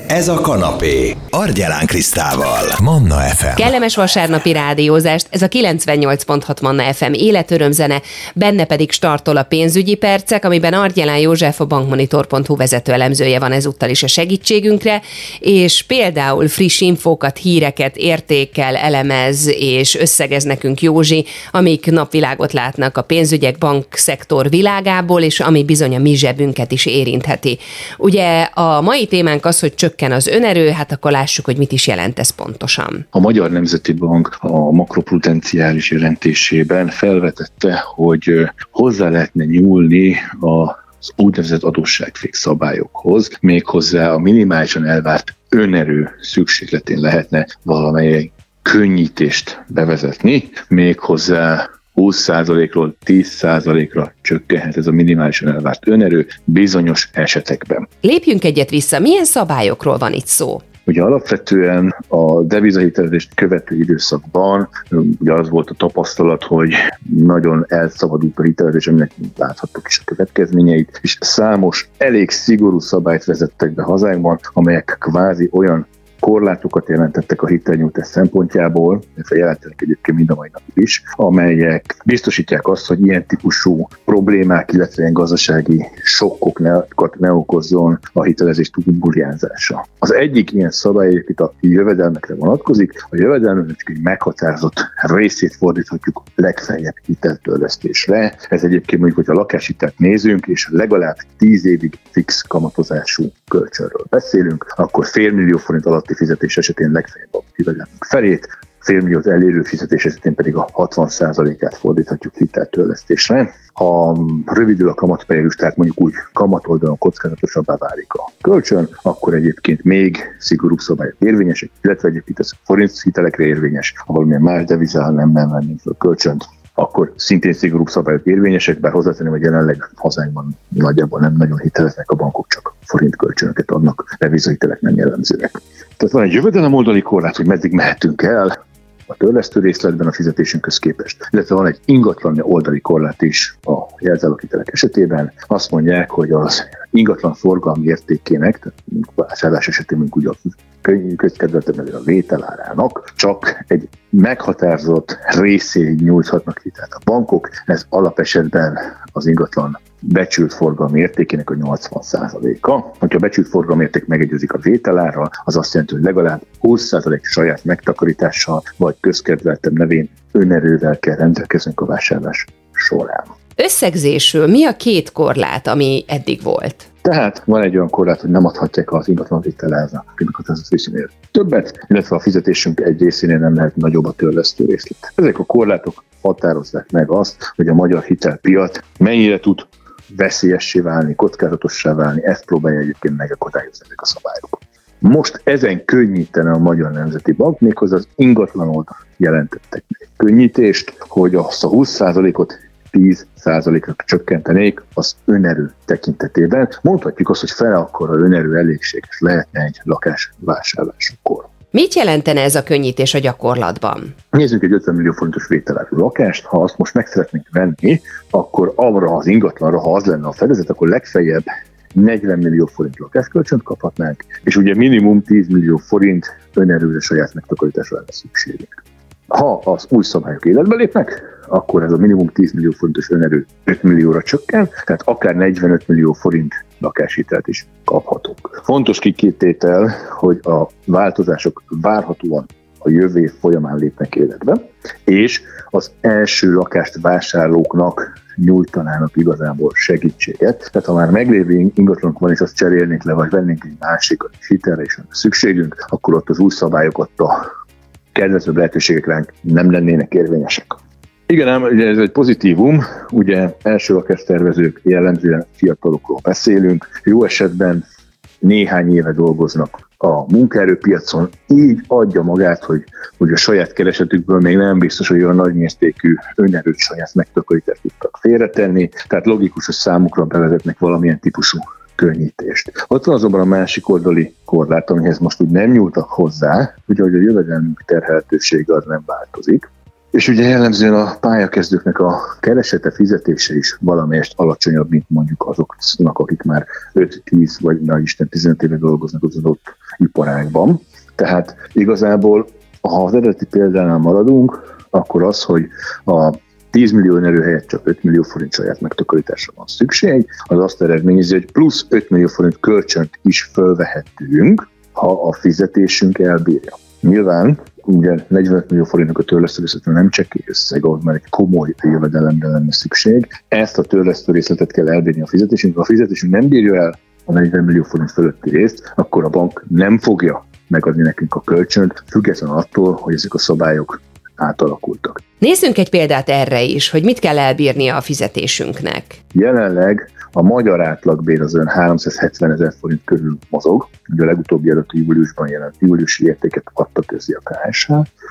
Ez a kanapé. Argyelán Krisztával. Manna FM. Kellemes vasárnapi rádiózást, ez a 98.6 Manna FM életörömzene, benne pedig startol a pénzügyi percek, amiben Argyelán József, a bankmonitor.hu vezető elemzője van ezúttal is a segítségünkre, és például friss infókat, híreket értékel, elemez és összegez nekünk Józsi, amik napvilágot látnak a pénzügyek, bankszektor világából, és ami bizony a mi zsebünket is érintheti. Ugye a mai témánk az, hogy csökken az önerő, hát akkor lássuk, hogy mit is jelent ez pontosan. A Magyar Nemzeti Bank a makroprudenciális jelentésében felvetette, hogy hozzá lehetne nyúlni az úgynevezett adósságfix szabályokhoz, méghozzá a minimálisan elvárt önerő szükségletén lehetne valamelyik könnyítést bevezetni, méghozzá 20%-ról 10%-ra csökkenhet ez a minimálisan elvárt önerő bizonyos esetekben. Lépjünk egyet vissza, milyen szabályokról van itt szó? Ugye alapvetően a devizahitelezést követő időszakban ugye az volt a tapasztalat, hogy nagyon elszabadult a hitelezés, aminek láthattuk is a következményeit, és számos elég szigorú szabályt vezettek be hazánkban, amelyek kvázi olyan korlátokat jelentettek a hitelnyújtás szempontjából, illetve jelentenek egyébként mind a mai napig is, amelyek biztosítják azt, hogy ilyen típusú problémák, illetve ilyen gazdasági sokkokat ne okozzon a hitelezés túlburjánzása. Az egyik ilyen szabály egyébként a jövedelmekre vonatkozik, a jövedelmeknek csak egy meghatározott részét fordíthatjuk legfeljebb hiteltörlesztésre. Ez egyébként mondjuk, hogyha lakáshitelt nézünk, és legalább 10 évig fix kamatozású kölcsönről beszélünk, akkor $500 000 forint alatti fizetés esetén legfeljebb a jövedelmünk felét, $500 000 elérő fizetés esetén pedig a 60%-át fordíthatjuk hiteltörlesztésre. Ha rövidül a kamatperiódus, tehát mondjuk úgy kamatoldalon kockázatosabbá válik a kölcsön, akkor egyébként még szigorúbb szabályok érvényesek, illetve egyébként ez forint hitelekre érvényes, ha valamilyen más devizán nem vennénk fel kölcsönt, akkor szintén szigorúbb szabályok érvényesek, bár hozzátenném, hogy jelenleg hazánkban nagyjából nem nagyon hiteleznek a bankok, csak forint kölcsönöket adnak, devizahitelek nem jellemzőek. Tehát van egy jövedelem oldali korlát, hogy meddig mehetünk el a törlesztő részletben a fizetésünkhöz képest, illetve van egy ingatlan oldali korlát is a jelzáloghitelek esetében. Azt mondják, hogy az ingatlan forgalmi értékének, tehát vásárlás esetén mondjuk ugye a közkedveltebb a vételárának csak egy meghatározott részéig nyújthatnak hitelt a bankok, ez alapesetben az ingatlan becsült forgalmi értékének a 80%-a. Hogyha a becsült forgalmi érték megegyezik a vételárral, az azt jelenti, hogy legalább 20% saját megtakarítással vagy közkedveltebb nevén önerővel kell rendelkeznünk a vásárlás során. Összegzésül mi a két korlát, ami eddig volt? Tehát van egy olyan korlát, hogy nem adhatják az ingatlan vételárnak az részénél többet, illetve a fizetésünk egy részénél nem lehet nagyobb a törlesztő részlet. Ezek a korlátok határozzák meg azt, hogy a magyar hitelpiac mennyire tud veszélyessé válni, kockázatossá válni, ezt próbálja egyébként megakadályozni ezek a szabályok. Most ezen könnyítene a Magyar Nemzeti Bank, méghozzá az ingatlan oldal jelentettek könnyítést, hogy azt a 20%-ot 10%-ra csökkentenék az önerő tekintetében. Mondhatjuk azt, hogy fele akkora önerő elégséges lehetne egy lakás vásárlásakor. Mit jelentene ez a könnyítés a gyakorlatban? Nézzünk egy 50 millió forintos vételárú lakást, ha azt most meg szeretnénk venni, akkor arra az ingatlanra, ha az lenne a fedezet, akkor legfeljebb 40 millió forint lakáskölcsönt kaphatnánk, és ugye minimum 10 millió forint önerőre saját megtakarításra lenne szükségünk. Ha az új szabályok életbe lépnek, akkor ez a minimum 10 millió forintos önerő 5 millióra csökken, tehát akár 45 millió forint lakáshitelt is kaphatunk. Fontos kitétel, hogy a változások várhatóan a jövő év folyamán lépnek életbe, és az első lakást vásárlóknak nyújtanának igazából segítséget. Tehát ha már meglévő ingatlanunk van, és azt cserélnénk le, vagy vennénk egy másikat, és hitelre is van szükségünk, akkor ott az új szabályokat a kedvezőbb lehetőségek nem lennének érvényesek. Igen, ám ugye ez egy pozitívum, ugye első lakástervezők jellemzően fiatalokról beszélünk, jó esetben néhány éve dolgoznak a munkaerőpiacon, így adja magát, hogy a saját keresetükből még nem biztos, hogy olyan nagymértékű önerőt saját megtakarítást tudtak félretenni, tehát logikus, hogy számukra bevezetnek valamilyen típusú könnyítést. Ott van azonban a másik oldali korlát, amihez most úgy nem nyúltak hozzá, ugye, hogy a jövedelmünk terhelhetősége az nem változik, És ugye jellemzően a pályakezdőknek a keresete, fizetése is valamelyest alacsonyabb, mint mondjuk azoknak, akik már 5-10 vagy na Isten 15 éve dolgoznak az adott iparágban. Tehát igazából, ha az eredeti példánál maradunk, akkor az, hogy a 10 millió önerő helyett csak 5 millió forint saját megtakarításra van szükség, az azt eredményezi, hogy plusz 5 millió forint kölcsönt is fölvehetünk, ha a fizetésünk elbírja. Nyilván ugye 45 millió forintnak a törlesztő részletre nem csekély összeg, ahol már egy komoly jövedelemre lenne szükség. Ezt a törlesztő részletet kell elbírni a fizetésünk. Ha a fizetésünk nem bírja el a 40 millió forint fölötti részt, akkor a bank nem fogja megadni nekünk a kölcsönt, függetlenül attól, hogy ezek a szabályok átalakultak. Nézzünk egy példát erre is, hogy mit kell elbírnia a fizetésünknek. Jelenleg a magyar átlagbér az olyan 370 000 forint körül mozog. Ugye a legutóbbi adat júliusban jelent, júliusi értéket adta közé a KSH.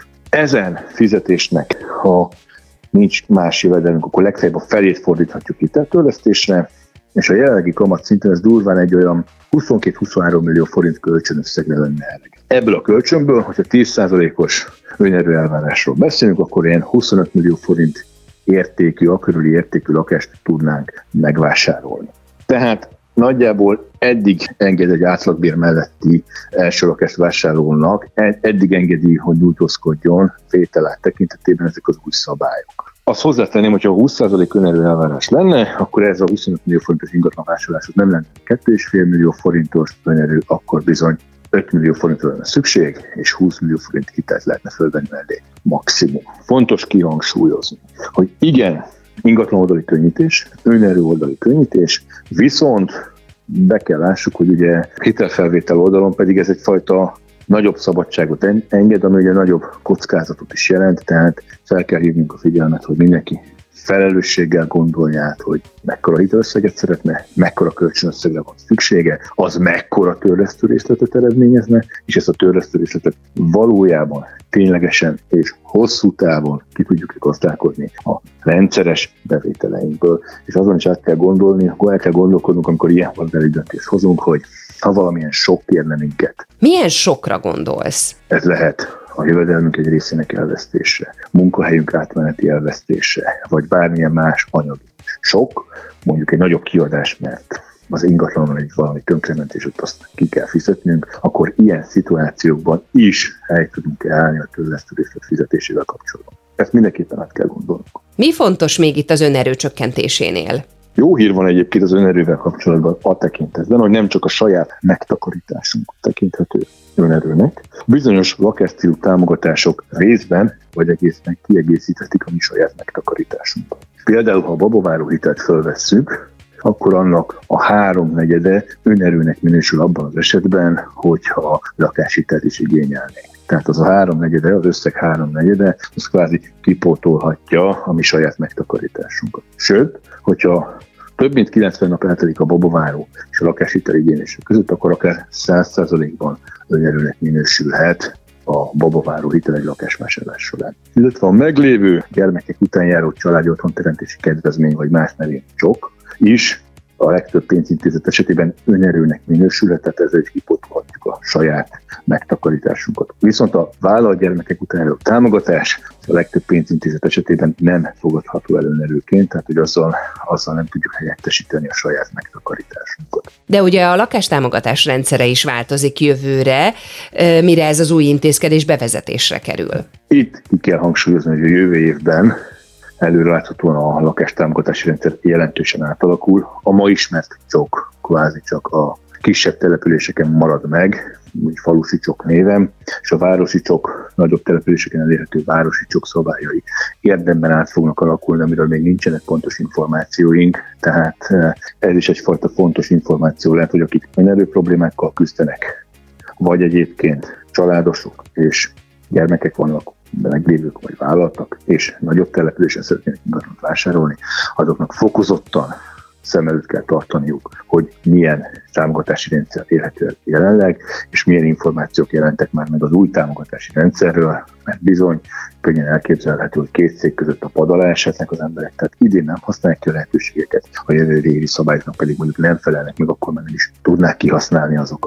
Ezen fizetésnek, ha nincs más jövedelmünk, akkor legfeljebb a felét fordíthatjuk hiteltörlesztésre, és a jelenlegi kamat szinten ez durván egy olyan 22-23 millió forint kölcsönösszegre lenne elég. Ebből a kölcsönből, hogyha 10%-os önerő elvárásról beszélünk, akkor ilyen 25 millió forint értékű, akörüli értékű lakást tudnánk megvásárolni. Tehát nagyjából eddig enged egy átlagbér melletti első lakást vásárolónak, eddig engedi, hogy nyújtózkodjon vételát tekintetében ezek az új szabályok. Azt hozzátenném, hogyha 20% önerő elvárás lenne, akkor ez a 25 millió forintos ingatlan vásárláshoz nem lenne 2,5 millió forintos önerő, akkor bizony 5 millió forintra lenne szükség, és 20 millió forint hitelt lehetne fölvenni mellé maximum. Fontos kihangsúlyozni, hogy igen, ingatlan oldali könnyítés, önerő oldali könnyítés, viszont be kell lássuk, hogy ugye hitelfelvétel oldalon pedig ez egyfajta nagyobb szabadságot enged, ami ugye nagyobb kockázatot is jelent, tehát fel kell hívnunk a figyelmet, hogy mindenki felelősséggel gondolja át, hogy mekkora hitelösszeget szeretne, mekkora kölcsönösszegre van szüksége, az mekkora törlesztő részletet eredményezne, és ezt a törlesztő részletet valójában ténylegesen és hosszú távon ki tudjuk gazdálkodni a rendszeres bevételeinkből. És azon is át kell gondolni, akkor el kell gondolkodnunk, amikor ilyen oldali döntést hozunk, hogy ha valamilyen sok érne minket. Milyen sokra gondolsz? Ez lehet a jövedelmünk egy részének elvesztése, munkahelyünk átmeneti elvesztése, vagy bármilyen más anyagi sok, mondjuk egy nagyobb kiadás, mert az ingatlanon egy valami tönkrement, és ott azt ki kell fizetnünk, akkor ilyen szituációkban is helyt tudunk állni a törlesztő részlet fizetésével kapcsolatban. Ezt mindenképpen át kell gondolnunk. Mi fontos még itt az önerő csökkentésénél? Jó hír van egyébként az önerővel kapcsolatban a tekintetben, hogy nem csak a saját megtakarításunk tekinthető önerőnek. Bizonyos lakásstílus támogatások részben vagy egészen kiegészíthetik a mi saját megtakarításunkat. Például, ha a babaváró hitelt fölvesszük, akkor annak a 3/4 önerőnek minősül abban az esetben, hogyha lakáshitelt is igényelnénk. Tehát az a 3/4, az összeg 3/4, az kvázi kipótolhatja a mi saját megtakarításunkat. Sőt, hogyha több mint 90 nap eltelik a babaváró és a lakáshitel igénylése között, akkor akár 100%-ban önerőnek minősülhet a babaváró hitel egy lakásvásárlás során. Illetve a meglévő gyermekek után járó családi otthonteremtési kedvezmény vagy más nevén csok is a legtöbb pénzintézet esetében önerőnek minősülhet, tehát ezzel is kipótolhatjuk a saját megtakarításunkat. Viszont a vállalt gyermekek után járó támogatás a legtöbb pénzintézet esetében nem fogadható el önerőként, tehát hogy azzal nem tudjuk helyettesíteni a saját megtakarításunkat. De ugye a lakástámogatás rendszere is változik jövőre, mire ez az új intézkedés bevezetésre kerül. Itt ki kell hangsúlyozni, hogy a jövő évben előreláthatóan a lakástámogatási rendszer jelentősen átalakul. A ma ismert csok kvázi csak a kisebb településeken marad meg, úgy falusi csok néven, és a városi csok, nagyobb településeken elérhető városi csok szabályai érdemben át fognak alakulni, amiről még nincsenek pontos információink, tehát ez is egyfajta fontos információ lehet, hogy akik önerő problémákkal küzdenek, vagy egyébként családosok és gyermekek vannak, meglévők vagy vállaltak, és nagyobb településen szeretnének ingatlant vásárolni, azoknak fokozottan szem előtt kell tartaniuk, hogy milyen támogatási rendszer élhető jelenleg, és milyen információk jelentek már meg az új támogatási rendszerről, mert bizony könnyen elképzelhető, hogy két szék között a pad alá esetnek az emberek, tehát idén nem használják ki a lehetőségeket, a jövőre évi szabályoknak pedig mondjuk nem felelnek meg, akkor már nem is tudnák kihasználni azokat.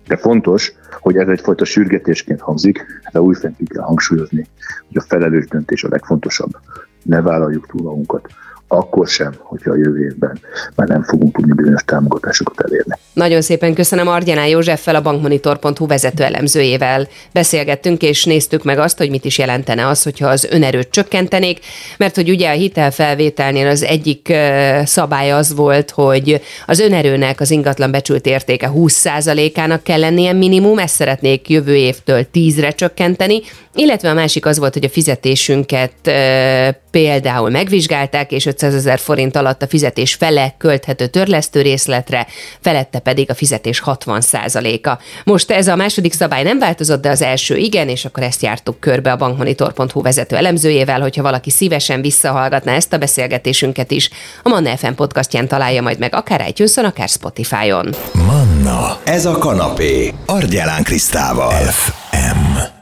De fontos, hogy ez egyfajta sürgetésként hangzik, de újfent ki kell hangsúlyozni, hogy a felelős döntés a legfontosabb. Ne vállaljuk túl magunkat. Akkor sem, hogyha a jövő évben már nem fogunk tudni bizonyos támogatásokat elérni. Nagyon szépen köszönöm. Argyalán Józseffel, a bankmonitor.hu vezető elemzőjével beszélgettünk, és néztük meg azt, hogy mit is jelentene az, hogyha az önerőt csökkentenék, mert hogy ugye a hitelfelvételnél az egyik szabály az volt, hogy az önerőnek az ingatlan becsült értéke 20%-ának kell lennie minimum, ezt szeretnék jövő évtől 10-re csökkenteni, illetve a másik az volt, hogy a fizetésünket például megvizsgálták, és 500 000 forint alatt a fizetés fele költhető törlesztő részletre, felette pedig a fizetés 60%-a. Most ez a második szabály nem változott, de az első igen, és akkor ezt jártuk körbe a bankmonitor.hu vezető elemzőjével, hogyha valaki szívesen visszahallgatná ezt a beszélgetésünket is, a Manna FM podcastján találja majd meg akár iTunes-on, akár Spotify-on. Manna, ez a kanapé, Argyalán Krisztával. FM.